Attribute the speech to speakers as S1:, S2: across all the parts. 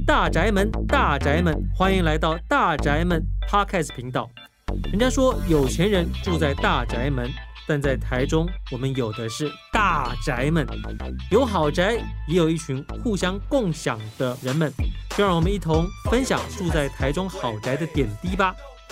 S1: 大宅门，大宅门，欢迎来到大宅门 Podcast 频道。人家说有钱人住在大宅门，但在台中，我们有的是大宅门，有豪宅，也有一群互相共享的人们。就让我们一同分享住在台中豪宅的点滴吧。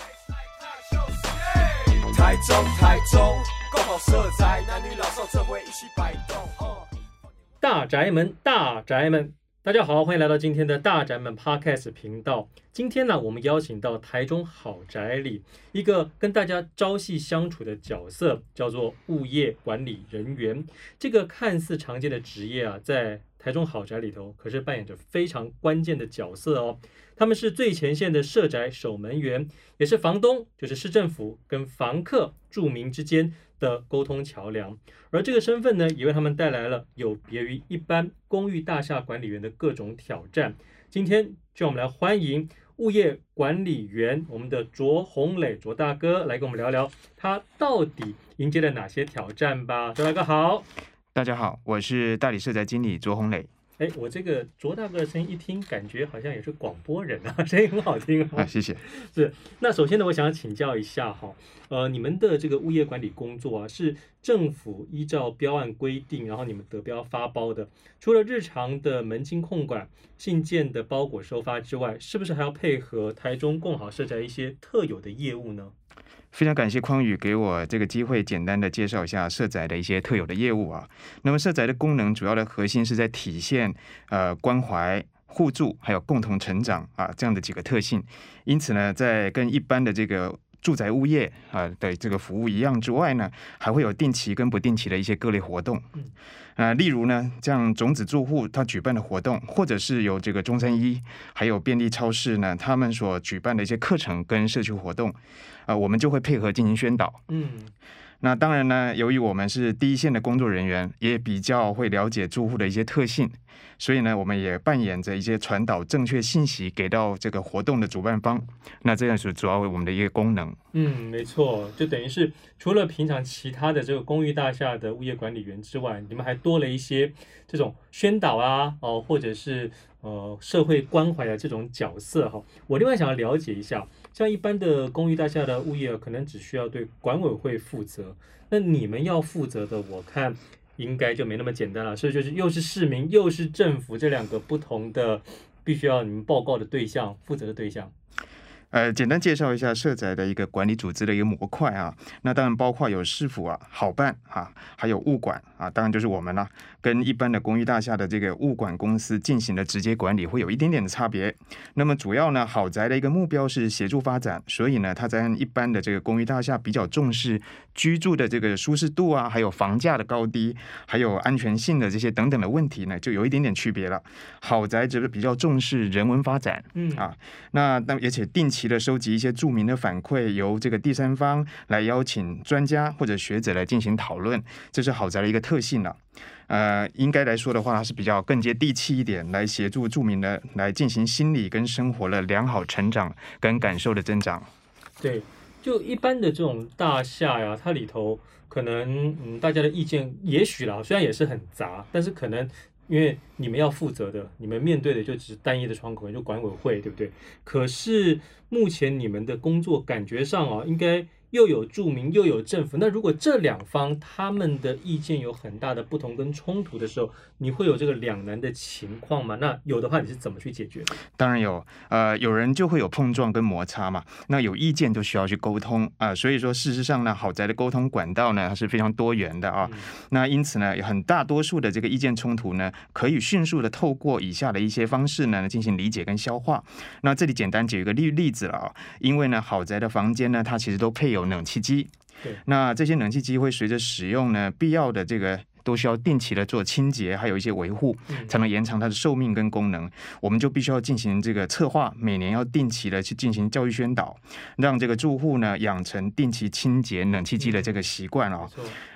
S1: 台中，共好社宅，男女老少这回一起摆动。大宅门，大宅门。大家好，欢迎来到今天的大宅门 Podcast 频道。今天呢，我们邀请到台中豪宅里一个跟大家朝夕相处的角色，叫做物业管理人员。这个看似常见的职业啊，在台中豪宅里头可是扮演着非常关键的角色哦。他们是最前线的社宅守门员，也是房东，就是市政府跟房客住民之间的沟通桥梁。而这个身份呢，也为他们带来了有别于一般公寓大厦管理员的各种挑战。今天就让我们来欢迎物业管理员我们的卓宏磊卓大哥来跟我们聊聊他到底迎接了哪些挑战吧。卓大哥好。
S2: 大家好，我是代理社宅经理卓宏磊。
S1: 我这个卓大哥的声音一听，感觉好像也是广播人啊，声音很好听啊。
S2: 谢谢。
S1: 是，那首先呢，我想要请教一下哈，你们的这个物业管理工作啊，是政府依照标案规定，然后你们得标发包的。除了日常的门禁控管、信件的包裹收发之外，是不是还要配合台中共好社宅一些特有的业务呢？
S2: 非常感谢匡宇给我这个机会，简单的介绍一下社宅的一些特有的业务啊。那么社宅的功能主要的核心是在体现关怀、互助还有共同成长啊这样的几个特性。因此呢，在跟一般的这个住宅物业的这个服务一样之外呢，还会有定期跟不定期的一些各类活动。例如呢，这样种子住户他举办的活动，或者是由这个中山一还有便利超市呢，他们所举办的一些课程跟社区活动，我们就会配合进行宣导。那当然呢，由于我们是第一线的工作人员，也比较会了解住户的一些特性，所以呢，我们也扮演着一些传导正确信息给到这个活动的主办方。那这样是主要为我们的一个功能。
S1: 没错，就等于是除了平常其他的这个公寓大厦的物业管理员之外，你们还多了一些这种宣导啊，或者是社会关怀的这种角色哈。我另外想要了解一下，像一般的公寓大厦的物业，可能只需要对管委会负责，那你们要负责的，我看应该就没那么简单了，所以就是又是市民又是政府这两个不同的，必须要你们报告的对象、负责的对象。
S2: 简单介绍一下社宅的一个管理组织的一个模块啊。那当然包括有市府啊、好办啊，还有物管啊，当然就是我们啦，跟一般的公寓大厦的这个物管公司进行的直接管理会有一点点的差别。那么主要呢，豪宅的一个目标是协助发展，所以呢，它在一般的这个公寓大厦比较重视居住的这个舒适度啊，还有房价的高低，还有安全性的这些等等的问题呢，就有一点点区别了。豪宅则是比较重视人文发展，那而且定期的收集一些住民的反馈，由这个第三方来邀请专家或者学者来进行讨论，这是豪宅的一个特性了。应该来说的话，它是比较更接地气一点，来协助住民的来进行心理跟生活的良好成长跟感受的增长。
S1: 对，就一般的这种大厦呀，它里头可能大家的意见也许啦，虽然也是很杂，但是可能因为你们要负责的，你们面对的就只是单一的窗口，就管委会，对不对？可是目前你们的工作感觉上应该又有住民又有政府，那如果这两方他们的意见有很大的不同跟冲突的时候，你会有这个两难的情况吗？那有的话，你是怎么去解决的？
S2: 当然有，有人就会有碰撞跟摩擦嘛，那有意见就需要去沟通所以说事实上呢，豪宅的沟通管道呢，它是非常多元的啊。那因此呢，很大多数的这个意见冲突呢，可以迅速的透过以下的一些方式呢进行理解跟消化。那这里简单举一个例子了啊，因为呢，豪宅的房间呢，它其实都配有冷气机，那这些冷气机会随着使用呢，必要的这个都需要定期的做清洁，还有一些维护，才能延长它的寿命跟功能。我们就必须要进行这个策划，每年要定期的去进行教育宣导，让这个住户呢养成定期清洁冷气机的这个习惯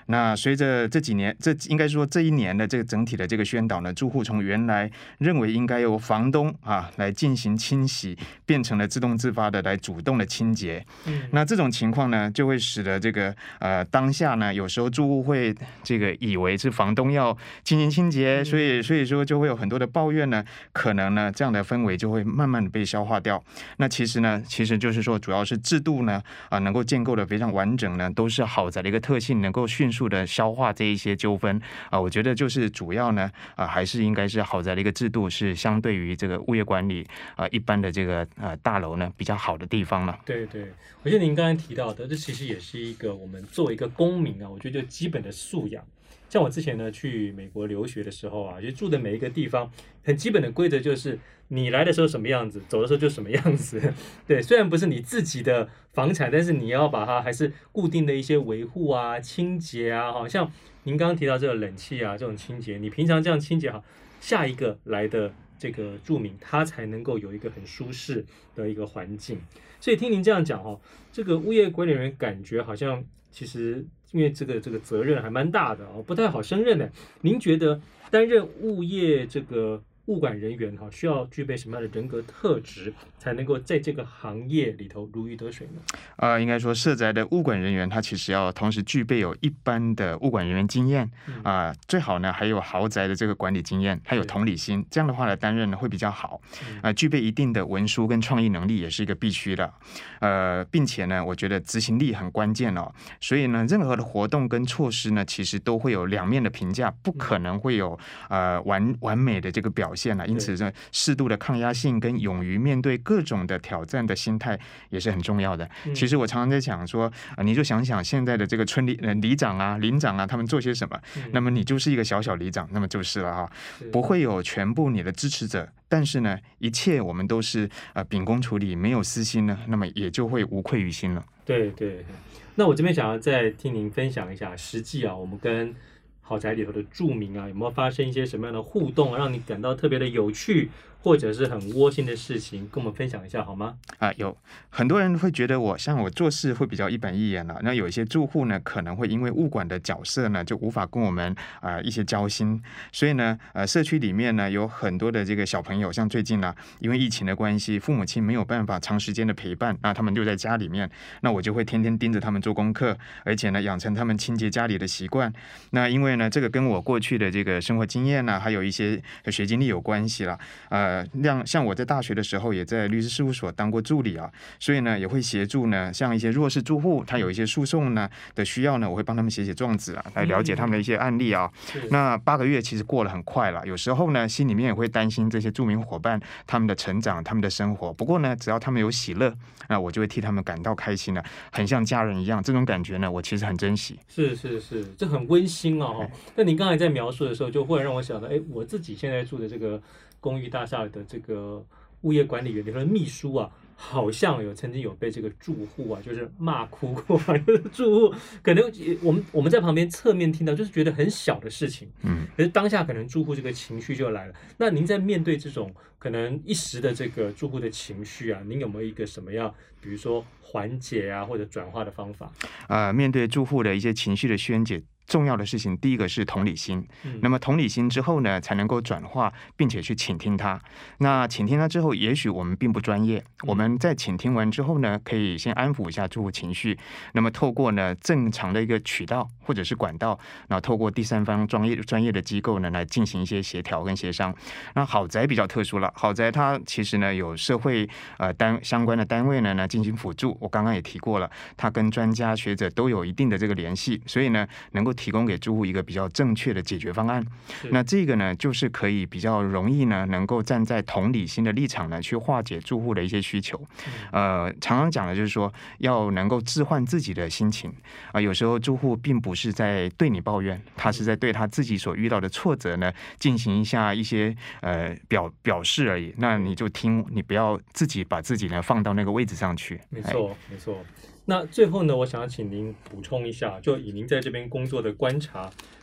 S2: 那随着这几年，应该说这一年的这个整体的这个宣导呢，住户从原来认为应该由房东来进行清洗，变成了自动自发的来主动的清洁。那这种情况呢，就会使得这个当下呢，有时候住户会这个以为是房东要进行清洁，所以说就会有很多的抱怨呢，可能呢这样的氛围就会慢慢的被消化掉。那其实就是说，主要是制度呢能够建构的非常完整呢，都是豪宅的一个特性，能够迅速的消化这一些纠纷我觉得就是主要呢还是应该是豪宅的一个制度是相对于这个物业管理一般的这个大楼呢比较好的地方了。
S1: 对对，我觉得您刚才提到的，这其实也是一个我们作为一个公民我觉得就基本的素养。像我之前呢去美国留学的时候就住的每一个地方，很基本的规则就是你来的时候什么样子，走的时候就什么样子。对，虽然不是你自己的房产，但是你要把它还是固定的一些维护清洁好像您刚刚提到这个冷气这种清洁，你平常这样清洁好，下一个来的这个住民他才能够有一个很舒适的一个环境。所以听您这样讲这个物业管理人感觉好像其实因为这个责任还蛮大的不太好胜任的。您觉得担任物业这个物管人员需要具备什么样的人格特质，才能够在这个行业里头如鱼得水呢？
S2: 应该说社宅的物管人员他其实要同时具备有一般的物管人员经验最好呢还有豪宅的这个管理经验，还有同理心，这样的话来担任呢会比较好具备一定的文书跟创意能力也是一个必须的并且呢我觉得执行力很关键所以呢任何的活动跟措施呢其实都会有两面的评价，不可能会有完美的这个表现因此呢适度的抗压性跟勇于面对各种的挑战的心态也是很重要的其实我常常在想说你就想想现在的这个村里长邻长他们做些什么那么你就是一个小里长，那么就是了不会有全部你的支持者，但是呢一切我们都是秉公处理，没有私心呢，那么也就会无愧于心了。
S1: 对对，那我这边想要再听您分享一下实际我们跟豪宅里头的住民有没有发生一些什么样的互动让你感到特别的有趣或者是很窝心的事情，跟我们分享一下好吗？
S2: 有很多人会觉得我做事会比较一板一眼那有一些住户呢可能会因为物管的角色呢就无法跟我们一些交心，所以呢社区里面呢有很多的这个小朋友，像最近因为疫情的关系，父母亲没有办法长时间的陪伴他们就在家里面，那我就会天天盯着他们做功课，而且呢养成他们清洁家里的习惯。那因为呢这个跟我过去的这个生活经验还有一些学经历有关系了像我在大学的时候也在律师事务所当过助理所以呢也会协助呢像一些弱势住户他有一些诉讼呢的需要呢，我会帮他们写状子来了解他们的一些案例那8个月其实过了很快了，有时候呢心里面也会担心这些住民伙伴他们的成长，他们的生活，不过呢只要他们有喜乐，那我就会替他们感到开心很像家人一样，这种感觉呢我其实很珍惜。
S1: 是，这很温馨那您刚才在描述的时候就忽然让我想到我自己现在住的这个公寓大厦的这个物业管理员里头的秘书好像曾经有被这个住户就是骂哭过就是住户可能我们在旁边侧面听到，就是觉得很小的事情可是当下可能住户这个情绪就来了。那您在面对这种可能一时的这个住户的情绪您有没有一个什么样比如说缓解或者转化的方法
S2: 面对住户的一些情绪的宣解，重要的事情第一个是同理心那么同理心之后呢才能够转化，并且去倾听他。那倾听他之后，也许我们并不专业，我们在倾听完之后呢可以先安抚一下住户情绪，那么透过呢正常的一个渠道或者是管道，然后透过第三方专业的机构呢来进行一些协调跟协商。那豪宅比较特殊了，豪宅它其实呢有社会相关的单位呢进行辅助，我刚刚也提过了，它跟专家学者都有一定的这个联系，所以呢能够提供给住户一个比较正确的解决方案。那这个呢就是可以比较容易呢能够站在同理心的立场呢去化解住户的一些需求。常常讲的就是说要能够置换自己的心情有时候住户并不是在对你抱怨，他是在对他自己所遇到的挫折呢进行一些表示而已，那你就听，你不要自己把自己呢放到那个位置上去。
S1: 没错没错。那最后呢我想要请您补充一下，就以您在这边工作的观察，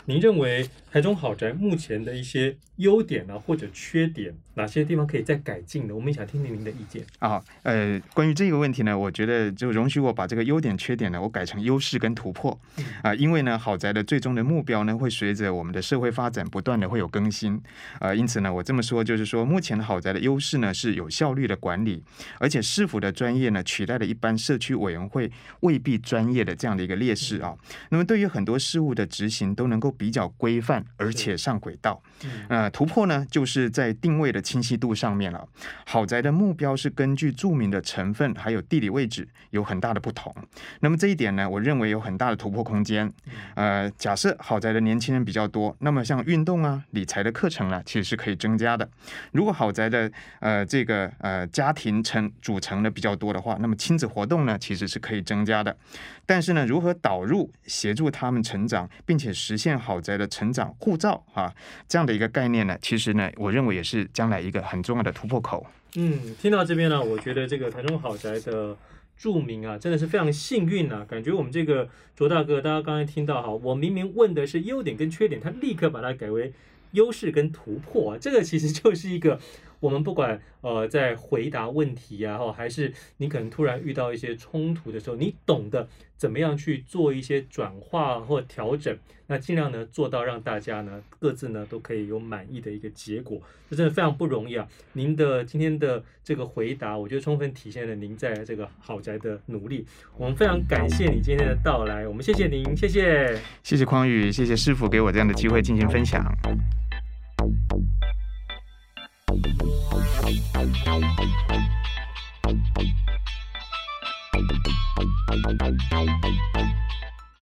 S1: 您认为台中豪宅目前的一些优点啊，或者缺点，哪些地方可以再改进的？我们也想听听您的意见
S2: 啊。关于这个问题呢，我觉得就容许我把这个优点、缺点呢，我改成优势跟突破啊。因为呢，豪宅的最终的目标呢，会随着我们的社会发展不断的会有更新因此呢，我这么说就是说，目前的豪宅的优势呢是有效率的管理，而且市府的专业呢取代了一般社区委员会未必专业的这样的一个劣势啊。那么对于很多事务的执行都能够比较规范，而且上轨道。突破呢，就是在定位的清晰度上面了。豪宅的目标是根据住民的成分还有地理位置有很大的不同。那么这一点呢，我认为有很大的突破空间。假设豪宅的年轻人比较多，那么像运动啊、理财的课程啊，其实是可以增加的。如果豪宅的这个家庭组成的比较多的话，那么亲子活动呢，其实是可以增加的。但是呢，如何导入协助他们成长，并且实现豪宅的成长护照这样的一个概念呢，其实呢，我认为也是将来一个很重要的突破口。
S1: 听到这边呢，我觉得这个台中豪宅的住民啊，真的是非常幸运啊！感觉我们这个卓大哥，大家刚才听到我明明问的是优点跟缺点，他立刻把它改为优势跟突破啊，这个其实就是一个我们不管在回答问题啊，还是你可能突然遇到一些冲突的时候，你懂得怎么样去做一些转化或调整，那尽量呢做到让大家呢各自呢都可以有满意的一个结果，这真的非常不容易啊！您的今天的这个回答，我觉得充分体现了您在这个豪宅的努力。我们非常感谢你今天的到来，我们谢谢您，谢谢，
S2: 谢谢匡宇，谢谢师傅给我这样的机会进行分享。